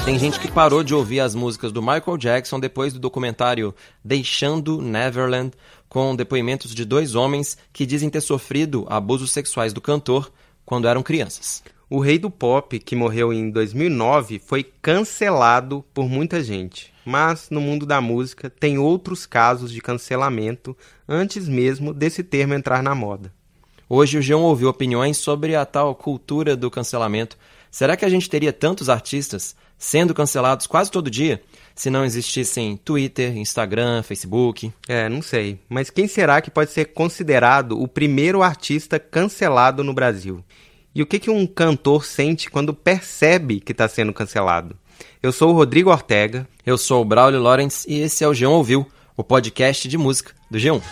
Tem gente que parou de ouvir as músicas do Michael Jackson depois do documentário Deixando Neverland, com depoimentos de 2 homens que dizem ter sofrido abusos sexuais do cantor quando eram crianças. O rei do pop, que morreu em 2009, foi cancelado por muita gente. Mas no mundo da música tem outros casos de cancelamento antes mesmo desse termo entrar na moda. Hoje o G1 ouviu opiniões sobre a tal cultura do cancelamento. Será que a gente teria tantos artistas sendo cancelados quase todo dia se não existissem Twitter, Instagram, Facebook? Não sei. Mas quem será que pode ser considerado o primeiro artista cancelado no Brasil? E o que um cantor sente quando percebe que está sendo cancelado? Eu sou o Rodrigo Ortega. Eu sou o Braulio Lawrence e esse é o G1 Ouviu, o podcast de música do G1.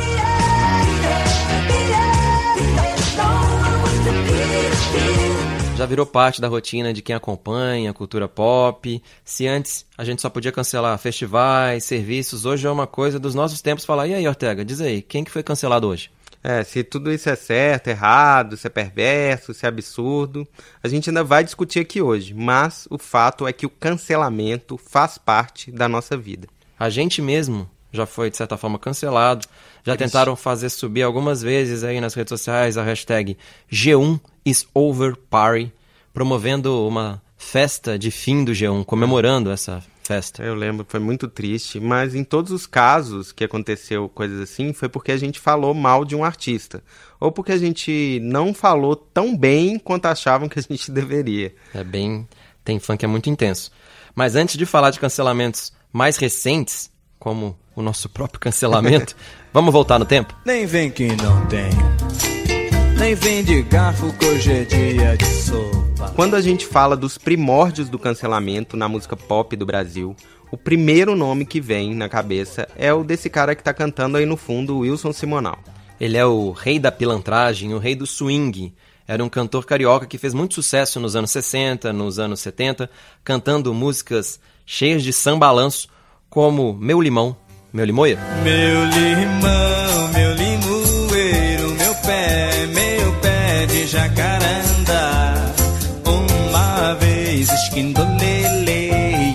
Já virou parte da rotina de quem acompanha a cultura pop. Se antes a gente só podia cancelar festivais, serviços, hoje é uma coisa dos nossos tempos falar: e aí, Ortega, diz aí, quem que foi cancelado hoje? Se tudo isso é certo, errado, se é perverso, se é absurdo, a gente ainda vai discutir aqui hoje, mas o fato é que o cancelamento faz parte da nossa vida. A gente mesmo já foi, de certa forma, cancelado, já tentaram fazer subir algumas vezes aí nas redes sociais a hashtag G1IsOverParty, promovendo uma festa de fim do G1, comemorando essa festa. Eu lembro, foi muito triste, mas em todos os casos que aconteceu coisas assim, foi porque a gente falou mal de um artista, ou porque a gente não falou tão bem quanto achavam que a gente deveria. Tem fã que é muito intenso. Mas antes de falar de cancelamentos mais recentes, como o nosso próprio cancelamento, vamos voltar no tempo? Nem vem que não tem, nem vem de garfo que hoje é dia de sopa. Quando a gente fala dos primórdios do cancelamento na música pop do Brasil, o primeiro nome que vem na cabeça é o desse cara que tá cantando aí no fundo, o Wilson Simonal. Ele é o rei da pilantragem, o rei do swing. Era um cantor carioca que fez muito sucesso nos anos 60, nos anos 70, cantando músicas cheias de sambalanço, como Meu Limão, Meu Limoeiro. Meu limão, meu limoeiro, meu pé de jacarandá. Uma vez esquindolele,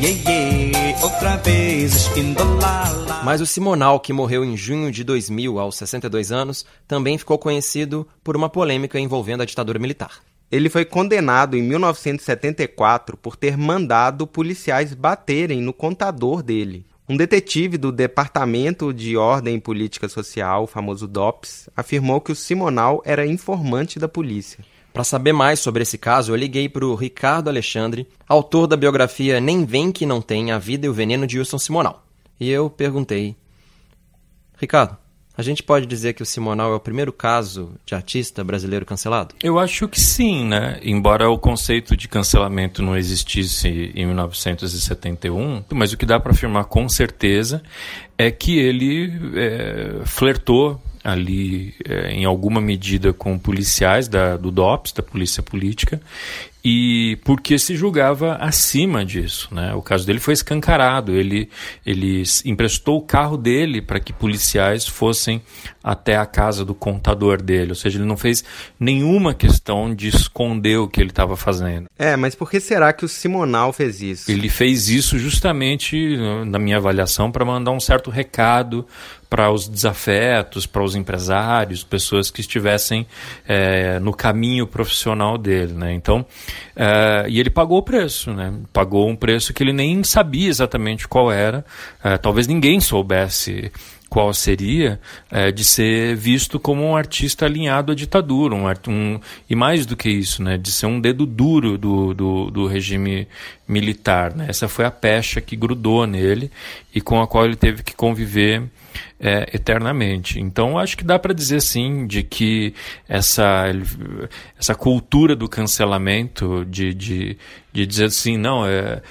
outra vez esquindolala. Mas o Simonal, que morreu em junho de 2000, aos 62 anos, também ficou conhecido por uma polêmica envolvendo a ditadura militar. Ele foi condenado em 1974 por ter mandado policiais baterem no contador dele. Um detetive do Departamento de Ordem e Política Social, o famoso DOPS, afirmou que o Simonal era informante da polícia. Para saber mais sobre esse caso, eu liguei para o Ricardo Alexandre, autor da biografia Nem Vem Que Não Tem, A Vida e o Veneno de Wilson Simonal. E eu perguntei: Ricardo, a gente pode dizer que o Simonal é o primeiro caso de artista brasileiro cancelado? Eu acho que sim, né? Embora o conceito de cancelamento não existisse em 1971, mas o que dá para afirmar com certeza é que ele flertou ali em alguma medida com policiais do DOPS, da Polícia Política, e porque se julgava acima disso, né? O caso dele foi escancarado, ele emprestou o carro dele para que policiais fossem até a casa do contador dele, ou seja, ele não fez nenhuma questão de esconder o que ele estava fazendo. Mas por que será que o Simonal fez isso? Ele fez isso justamente, na minha avaliação, para mandar um certo recado para os desafetos, para os empresários, pessoas que estivessem no caminho profissional dele, né? Então, e ele pagou o preço, né? Pagou um preço que ele nem sabia exatamente qual era, talvez ninguém soubesse qual seria, de ser visto como um artista alinhado à ditadura, e mais do que isso, né, de ser um dedo duro do regime militar, né? Essa foi a pecha que grudou nele e com a qual ele teve que conviver eternamente. Então acho que dá para dizer sim de que essa cultura do cancelamento, de dizer assim, não,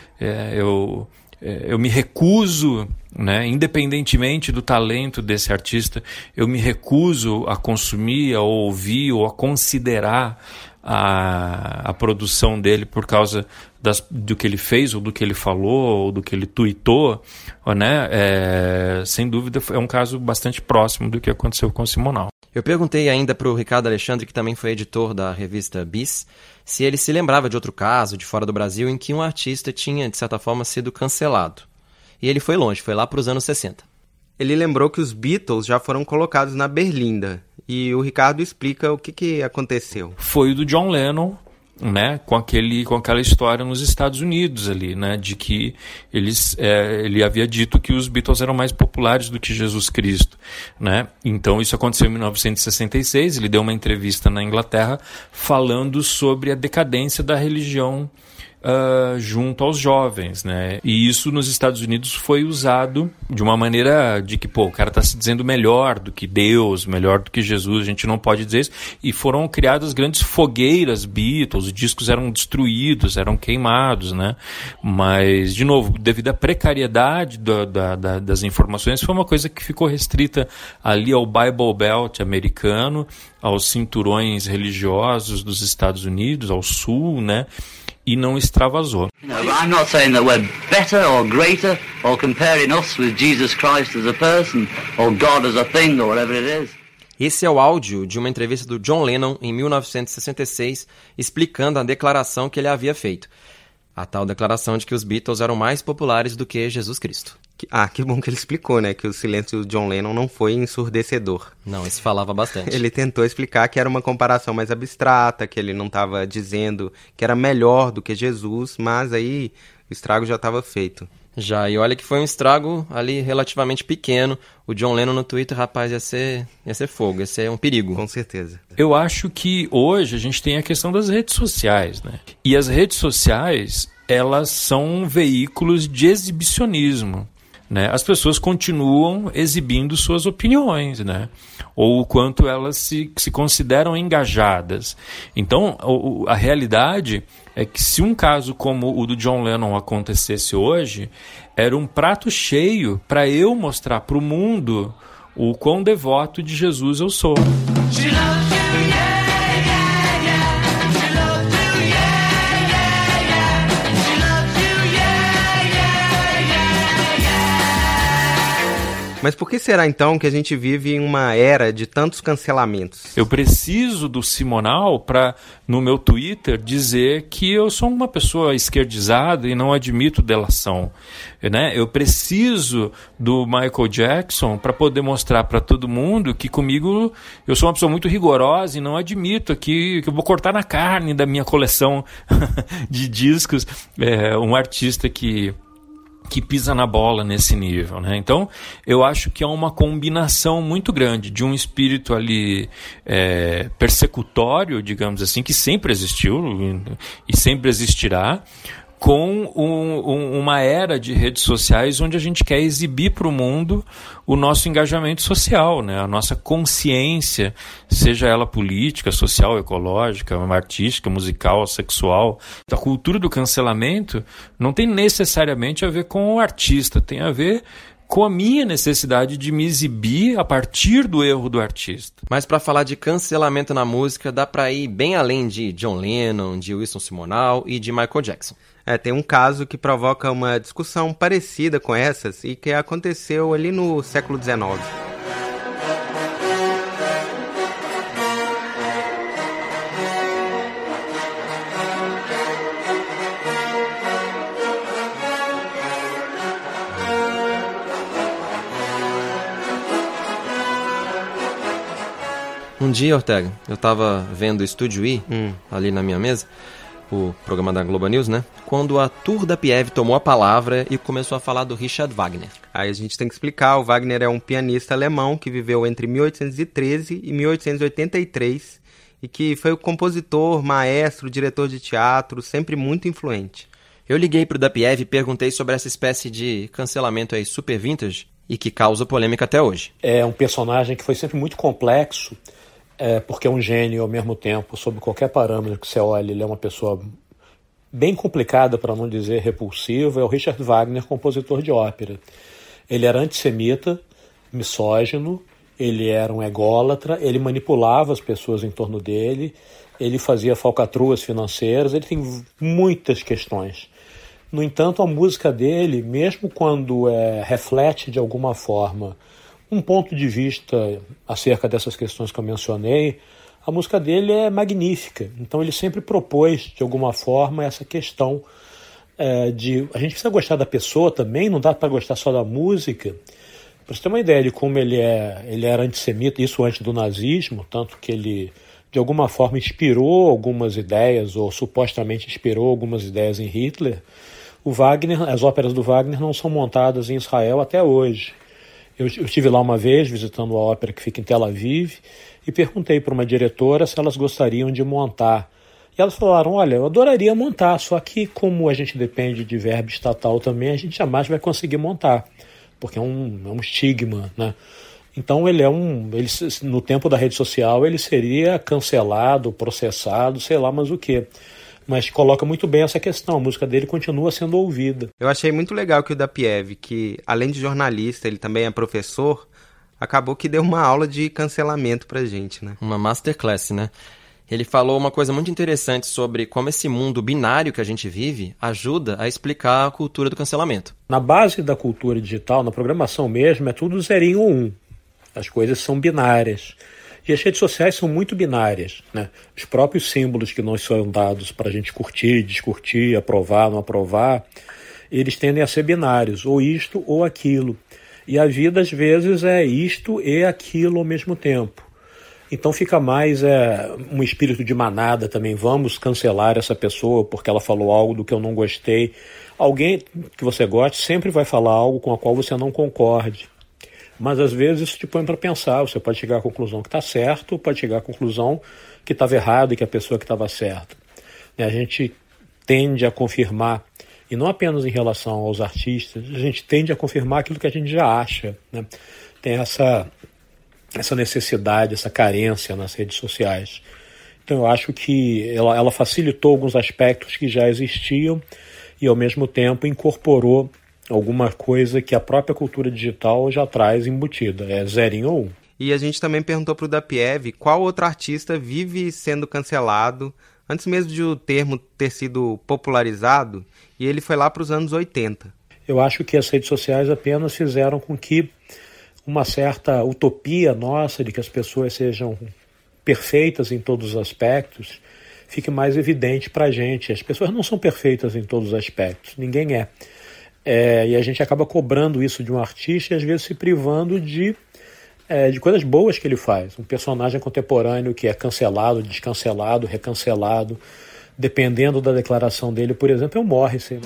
eu me recuso, né, independentemente do talento desse artista, eu me recuso a consumir, a ouvir ou a considerar a produção dele por causa do que ele fez, ou do que ele falou, ou do que ele tuitou, né? Sem dúvida é um caso bastante próximo do que aconteceu com o Simonal. Eu perguntei ainda para o Ricardo Alexandre, que também foi editor da revista Bis, se ele se lembrava de outro caso de fora do Brasil em que um artista tinha, de certa forma, sido cancelado. E ele foi longe, foi lá para os anos 60. Ele lembrou que os Beatles já foram colocados na Berlinda. E o Ricardo explica o que aconteceu. Foi o do John Lennon, né, com aquela história nos Estados Unidos ali, né, de que ele havia dito que os Beatles eram mais populares do que Jesus Cristo, né. Então isso aconteceu em 1966. Ele deu uma entrevista na Inglaterra falando sobre a decadência da religião junto aos jovens, né? E isso nos Estados Unidos foi usado de uma maneira de que, o cara está se dizendo melhor do que Deus, melhor do que Jesus, a gente não pode dizer isso. E foram criadas grandes fogueiras Beatles, os discos eram destruídos, eram queimados, né? Mas, de novo, devido à precariedade das informações, foi uma coisa que ficou restrita ali ao Bible Belt americano, aos cinturões religiosos dos Estados Unidos, ao sul, né? E não extravasou. I'm not saying that we're better or greater or comparing us with Jesus Christ as a person or God as a thing or whatever it is. Esse é o áudio de uma entrevista do John Lennon em 1966, explicando a declaração que ele havia feito. A tal declaração de que os Beatles eram mais populares do que Jesus Cristo. Que bom que ele explicou, né? Que o silêncio do John Lennon não foi ensurdecedor. Não, isso falava bastante. Ele tentou explicar que era uma comparação mais abstrata, que ele não estava dizendo que era melhor do que Jesus, mas aí o estrago já estava feito. Já, e olha que foi um estrago ali relativamente pequeno. O John Lennon no Twitter, rapaz, ia ser fogo, ia ser um perigo. Com certeza. Eu acho que hoje a gente tem a questão das redes sociais, né? E as redes sociais, elas são veículos de exibicionismo, né? As pessoas continuam exibindo suas opiniões, né? Ou o quanto elas se consideram engajadas. Então, a realidade é que se um caso como o do John Lennon acontecesse hoje, era um prato cheio para eu mostrar para o mundo o quão devoto de Jesus eu sou. Mas por que será então que a gente vive em uma era de tantos cancelamentos? Eu preciso do Simonal para, no meu Twitter, dizer que eu sou uma pessoa esquerdizada e não admito delação, né? Eu preciso do Michael Jackson para poder mostrar para todo mundo que comigo eu sou uma pessoa muito rigorosa e não admito que eu vou cortar na carne da minha coleção de discos um artista que pisa na bola nesse nível, né? Então, eu acho que há uma combinação muito grande de um espírito ali persecutório, digamos assim, que sempre existiu e sempre existirá, com uma era de redes sociais onde a gente quer exibir para o mundo o nosso engajamento social, né? A nossa consciência, seja ela política, social, ecológica, artística, musical, sexual. A cultura do cancelamento não tem necessariamente a ver com o artista, tem a ver com a minha necessidade de me exibir a partir do erro do artista. Mas para falar de cancelamento na música, dá para ir bem além de John Lennon, de Wilson Simonal e de Michael Jackson. Tem um caso que provoca uma discussão parecida com essas e que aconteceu ali no século XIX. Um dia, Ortega, eu estava vendo o Estúdio I, ali na minha mesa, o programa da Globo News, né? Quando a Tour da Pieve tomou a palavra e começou a falar do Richard Wagner. Aí a gente tem que explicar, o Wagner é um pianista alemão que viveu entre 1813 e 1883 e que foi o compositor, maestro, diretor de teatro, sempre muito influente. Eu liguei pro da Pieve e perguntei sobre essa espécie de cancelamento aí super vintage e que causa polêmica até hoje. É um personagem que foi sempre muito complexo, porque é um gênio ao mesmo tempo, sob qualquer parâmetro que você olhe, ele é uma pessoa bem complicada, para não dizer repulsiva. É o Richard Wagner, compositor de ópera. Ele era antissemita, misógino, ele era um ególatra, ele manipulava as pessoas em torno dele, ele fazia falcatruas financeiras, ele tem muitas questões. No entanto, a música dele, mesmo quando reflete de alguma forma um ponto de vista acerca dessas questões que eu mencionei, a música dele é magnífica. Então ele sempre propôs, de alguma forma, essa questão de... A gente precisa gostar da pessoa também, não dá para gostar só da música. Para você ter uma ideia de como ele era antissemita, isso antes do nazismo, tanto que ele, de alguma forma, inspirou algumas ideias, ou supostamente inspirou algumas ideias em Hitler. O Wagner, as óperas do Wagner não são montadas em Israel até hoje. Eu estive lá uma vez visitando a ópera que fica em Tel Aviv e perguntei para uma diretora se elas gostariam de montar. E elas falaram, olha, eu adoraria montar, só que como a gente depende de verba estatal também, a gente jamais vai conseguir montar, porque é um estigma, né? Então no tempo da rede social ele seria cancelado, processado, sei lá mais o quê. Mas coloca muito bem essa questão, a música dele continua sendo ouvida. Eu achei muito legal que o Dapiev, que além de jornalista, ele também é professor, acabou que deu uma aula de cancelamento pra gente, né? Uma masterclass, né? Ele falou uma coisa muito interessante sobre como esse mundo binário que a gente vive ajuda a explicar a cultura do cancelamento. Na base da cultura digital, na programação mesmo, é tudo 0 ou 1. As coisas são binárias. E as redes sociais são muito binárias, né? Os próprios símbolos que nos são dados para a gente curtir, descurtir, aprovar, não aprovar, eles tendem a ser binários, ou isto ou aquilo. E a vida, às vezes, é isto e aquilo ao mesmo tempo. Então fica mais um espírito de manada também. Vamos cancelar essa pessoa porque ela falou algo do que eu não gostei. Alguém que você goste sempre vai falar algo com a qual você não concorde. Mas às vezes isso te põe para pensar. Você pode chegar à conclusão que está certo, ou pode chegar à conclusão que estava errado e que a pessoa que estava certa. A gente tende a confirmar, e não apenas em relação aos artistas, a gente tende a confirmar aquilo que a gente já acha, né? Tem essa necessidade, essa carência nas redes sociais. Então eu acho que ela facilitou alguns aspectos que já existiam e ao mesmo tempo incorporou alguma coisa que a própria cultura digital já traz embutida, é 0 ou 1. E a gente também perguntou para o Dapiev qual outro artista vive sendo cancelado, antes mesmo de o termo ter sido popularizado, e ele foi lá para os anos 80. Eu acho que as redes sociais apenas fizeram com que uma certa utopia nossa de que as pessoas sejam perfeitas em todos os aspectos fique mais evidente para a gente. As pessoas não são perfeitas em todos os aspectos, ninguém é. E a gente acaba cobrando isso de um artista e às vezes se privando de coisas boas que ele faz. Um personagem contemporâneo que é cancelado, descancelado, recancelado, dependendo da declaração dele, por exemplo, é o Morrissey.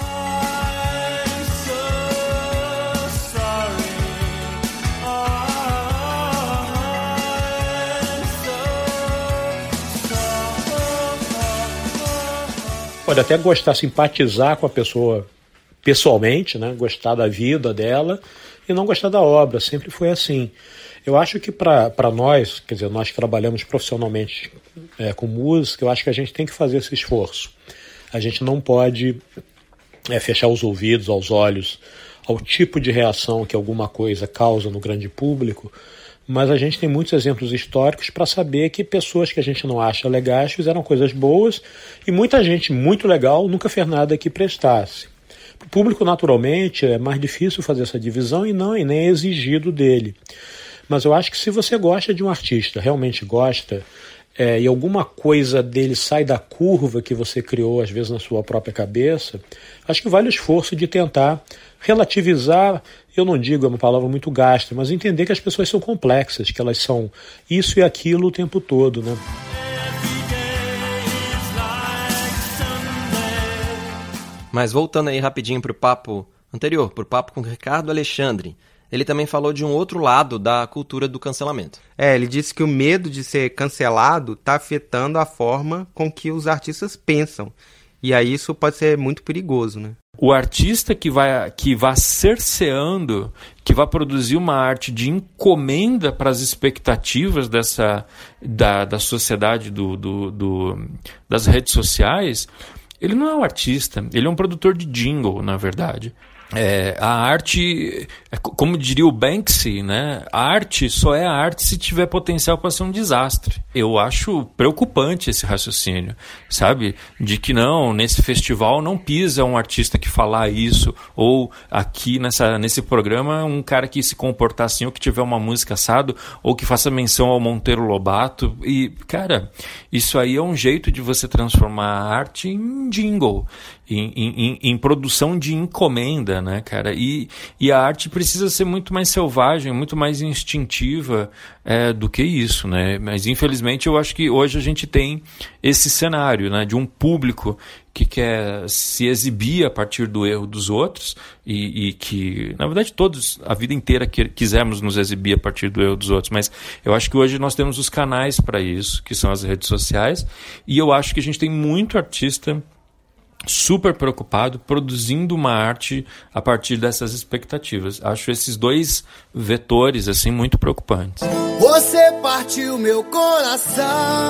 Pode até gostar, simpatizar com a pessoa pessoalmente, né? Gostar da vida dela e não gostar da obra, sempre foi assim. Eu acho que para nós, quer dizer, nós que trabalhamos profissionalmente com música, eu acho que a gente tem que fazer esse esforço. A gente não pode fechar os ouvidos, aos olhos, ao tipo de reação que alguma coisa causa no grande público, mas a gente tem muitos exemplos históricos para saber que pessoas que a gente não acha legais fizeram coisas boas e muita gente muito legal nunca fez nada que prestasse. Para o público, naturalmente, é mais difícil fazer essa divisão e nem é exigido dele. Mas eu acho que se você gosta de um artista, realmente gosta, e alguma coisa dele sai da curva que você criou, às vezes, na sua própria cabeça, acho que vale o esforço de tentar relativizar, eu não digo, é uma palavra muito gasta, mas entender que as pessoas são complexas, que elas são isso e aquilo o tempo todo, né? Mas voltando aí rapidinho para o papo anterior, para o papo com o Ricardo Alexandre, ele também falou de um outro lado da cultura do cancelamento. Ele disse que o medo de ser cancelado está afetando a forma com que os artistas pensam. E aí isso pode ser muito perigoso, né? O artista que vai cerceando, que vai produzir uma arte de encomenda para as expectativas da sociedade, das redes sociais, ele não é um artista, ele é um produtor de jingle, na verdade. A arte, como diria o Banksy, né? A arte só é a arte se tiver potencial para ser um desastre. Eu acho preocupante esse raciocínio, sabe? De que não, nesse festival não pisa um artista que falar isso, ou aqui nesse programa um cara que se comportar assim, ou que tiver uma música assado, ou que faça menção ao Monteiro Lobato. E, cara, isso aí é um jeito de você transformar a arte em jingle, em produção de encomenda, né, cara? E a arte precisa ser muito mais selvagem, muito mais instintiva do que isso, né? Mas infelizmente eu acho que hoje a gente tem esse cenário, né, de um público que quer se exibir a partir do erro dos outros e que, na verdade, todos a vida inteira quisemos nos exibir a partir do erro dos outros, mas eu acho que hoje nós temos os canais para isso, que são as redes sociais, e eu acho que a gente tem muito artista super preocupado, produzindo uma arte a partir dessas expectativas. Acho esses dois vetores assim muito preocupantes. Você partiu meu coração,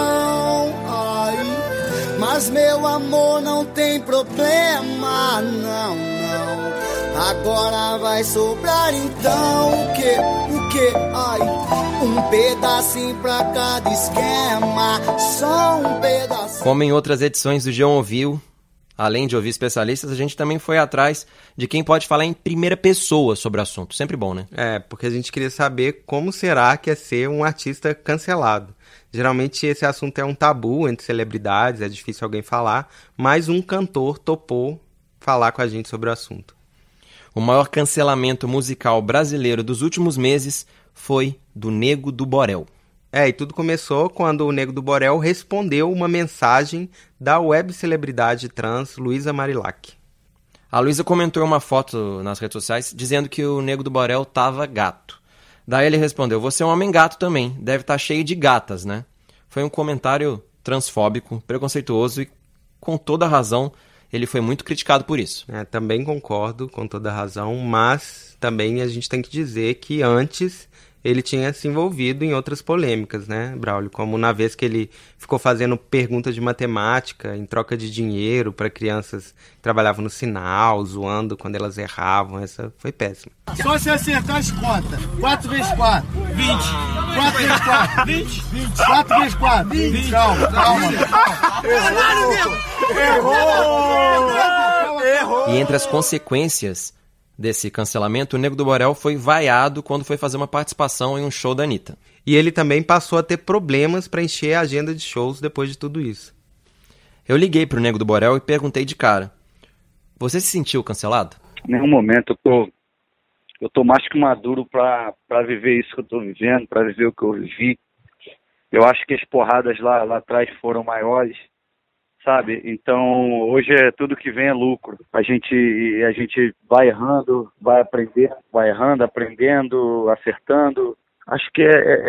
ai, mas meu amor não tem problema, não, não. Agora vai sobrar então o que, ai, um pedacinho pra cada esquema, só um pedacinho. Como em outras edições do João Ouviu, além de ouvir especialistas, a gente também foi atrás de quem pode falar em primeira pessoa sobre o assunto. Sempre bom, né? Porque a gente queria saber como será que é ser um artista cancelado. Geralmente esse assunto é um tabu entre celebridades, é difícil alguém falar, mas um cantor topou falar com a gente sobre o assunto. O maior cancelamento musical brasileiro dos últimos meses foi do Nego do Borel. E tudo começou quando o Nego do Borel respondeu uma mensagem da web celebridade trans Luísa Marilac. A Luísa comentou uma foto nas redes sociais dizendo que o Nego do Borel tava gato. Daí ele respondeu: "Você é um homem gato também, deve estar cheio de gatas, né?" Foi um comentário transfóbico, preconceituoso e, com toda razão, ele foi muito criticado por isso. Também concordo, com toda razão, mas também a gente tem que dizer que antes ele tinha se envolvido em outras polêmicas, né, Braulio? Como na vez que ele ficou fazendo perguntas de matemática em troca de dinheiro para crianças que trabalhavam no sinal, zoando quando elas erravam. Essa foi péssima. Só se acertar as contas. 4 vezes 4, 20. 4 vezes 4, 20. 4 vezes 4, 20. Calma. Errou! E entre as consequências desse cancelamento, o Nego do Borel foi vaiado quando foi fazer uma participação em um show da Anitta. E ele também passou a ter problemas para encher a agenda de shows depois de tudo isso. Eu liguei pro Nego do Borel e perguntei de cara: "Você se sentiu cancelado?" Em nenhum momento eu tô mais que maduro para viver isso que eu tô vivendo, para viver o que eu vivi. Eu acho que as porradas lá atrás foram maiores, sabe? Então, hoje tudo que vem é lucro. A gente vai errando, vai aprendendo, vai errando, aprendendo, acertando. Acho que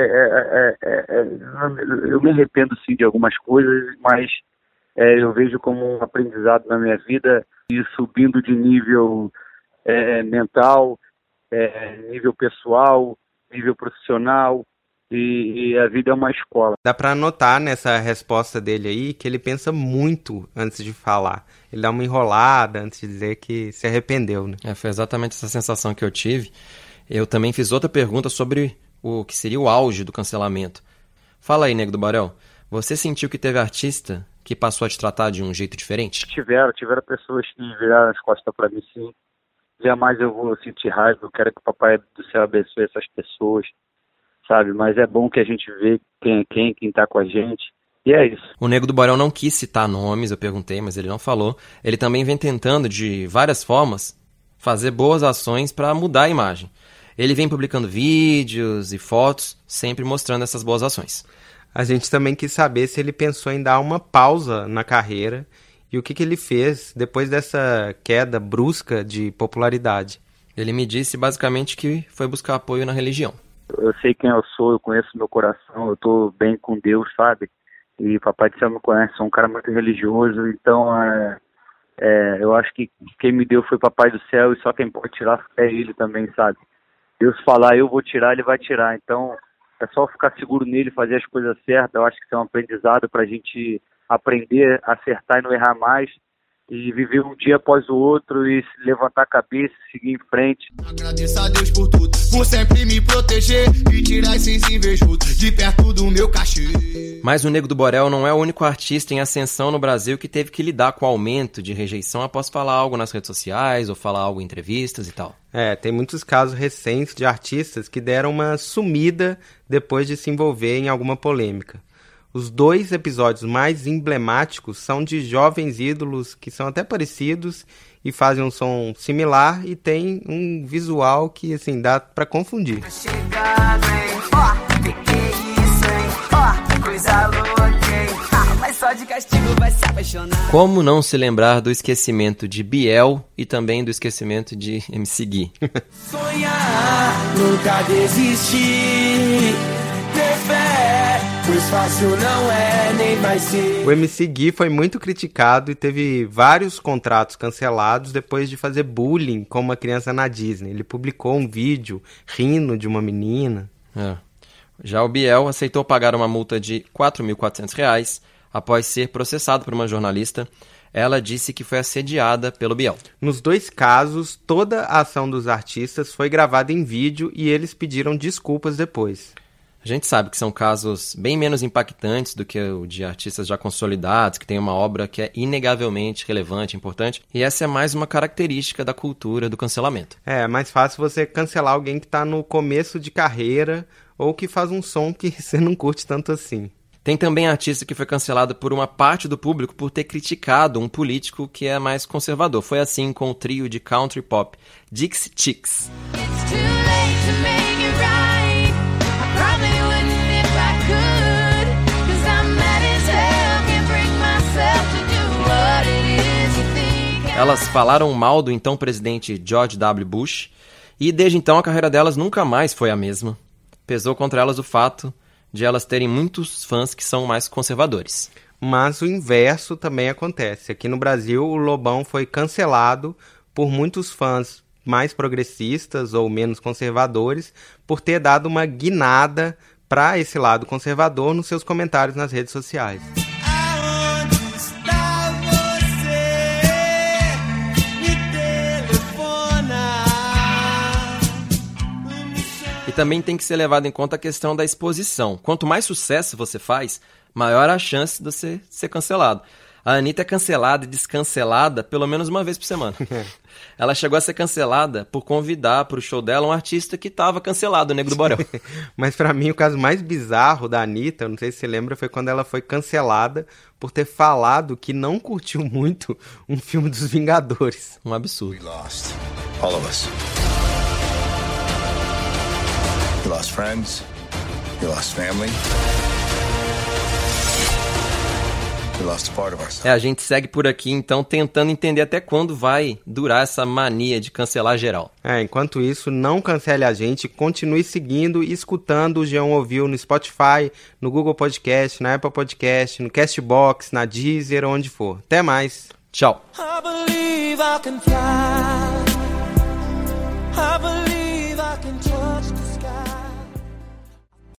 eu me arrependo sim de algumas coisas, mas eu vejo como um aprendizado na minha vida, e subindo de nível mental, nível pessoal, nível profissional. E a vida é uma escola. Dá pra notar nessa resposta dele aí que ele pensa muito antes de falar. Ele dá uma enrolada antes de dizer que se arrependeu, né? Foi exatamente essa sensação que eu tive. Eu também fiz outra pergunta sobre o que seria o auge do cancelamento. Fala aí, Nego do Borel. Você sentiu que teve artista que passou a te tratar de um jeito diferente? Tiveram pessoas que viraram as costas pra mim, sim. Jamais eu vou sentir raiva. Eu quero que o Papai do Céu abençoe essas pessoas, sabe? Mas é bom que a gente vê quem é quem tá com a gente. E é isso. O Nego do Borel não quis citar nomes, eu perguntei, mas ele não falou. Ele também vem tentando, de várias formas, fazer boas ações para mudar a imagem. Ele vem publicando vídeos e fotos, sempre mostrando essas boas ações. A gente também quis saber se ele pensou em dar uma pausa na carreira e o que ele fez depois dessa queda brusca de popularidade. Ele me disse basicamente que foi buscar apoio na religião. Eu sei quem eu sou, eu conheço meu coração, eu tô bem com Deus, sabe? E Papai do Céu me conhece, sou um cara muito religioso, então eu acho que quem me deu foi Papai do Céu e só quem pode tirar é Ele também, sabe? Deus falar, eu vou tirar, Ele vai tirar, então é só ficar seguro nele, fazer as coisas certas. Eu acho que isso é um aprendizado pra gente aprender, acertar e não errar mais, e viver um dia após o outro e se levantar a cabeça e seguir em frente. Agradeço a Deus por tudo, por sempre me proteger e tirar esses invejosos de perto do meu cachê. Mas o Nego do Borel não é o único artista em ascensão no Brasil que teve que lidar com o aumento de rejeição após falar algo nas redes sociais ou falar algo em entrevistas e tal. Tem muitos casos recentes de artistas que deram uma sumida depois de se envolver em alguma polêmica. Os 2 episódios mais emblemáticos são de jovens ídolos que são até parecidos e fazem um som similar e tem um visual que, assim, dá pra confundir. Como não se lembrar do esquecimento de Biel e também do esquecimento de MC Gui? Sonhar, nunca desistir, ter fé, pois fácil não é, nem vai ser. O MC Gui foi muito criticado e teve vários contratos cancelados depois de fazer bullying com uma criança na Disney. Ele publicou um vídeo rindo de uma menina. Já o Biel aceitou pagar uma multa de R$ 4.400 após ser processado por uma jornalista. Ela disse que foi assediada pelo Biel. Nos 2 casos, toda a ação dos artistas foi gravada em vídeo e eles pediram desculpas depois. A gente sabe que são casos bem menos impactantes do que o de artistas já consolidados, que têm uma obra que é inegavelmente relevante, importante, e essa é mais uma característica da cultura do cancelamento. É mais fácil você cancelar alguém que está no começo de carreira ou que faz um som que você não curte tanto assim. Tem também artista que foi cancelado por uma parte do público por ter criticado um político que é mais conservador. Foi assim com o trio de country pop Dixie Chicks. Elas falaram mal do então presidente George W. Bush e desde então a carreira delas nunca mais foi a mesma. Pesou contra elas o fato de elas terem muitos fãs que são mais conservadores. Mas o inverso também acontece. Aqui no Brasil, o Lobão foi cancelado por muitos fãs mais progressistas ou menos conservadores por ter dado uma guinada para esse lado conservador nos seus comentários nas redes sociais. E também tem que ser levado em conta a questão da exposição. Quanto mais sucesso você faz, maior a chance de você ser cancelado. A Anitta é cancelada e descancelada pelo menos uma vez por semana. Ela chegou a ser cancelada por convidar para o show dela um artista que estava cancelado, o Nego do Borel. Mas para mim o caso mais bizarro da Anitta, não sei se você lembra, foi quando ela foi cancelada por ter falado que não curtiu muito um filme dos Vingadores. Um absurdo. We lost. All of us. You lost friends. You lost family. We lost a part of ourselves. A gente segue por aqui, então, tentando entender até quando vai durar essa mania de cancelar geral. Enquanto isso, não cancele a gente, continue seguindo e escutando o G1 Ouviu no Spotify, no Google Podcast, na Apple Podcast, no Castbox, na Deezer, onde for. Até mais. Tchau. I believe I can fly. I believe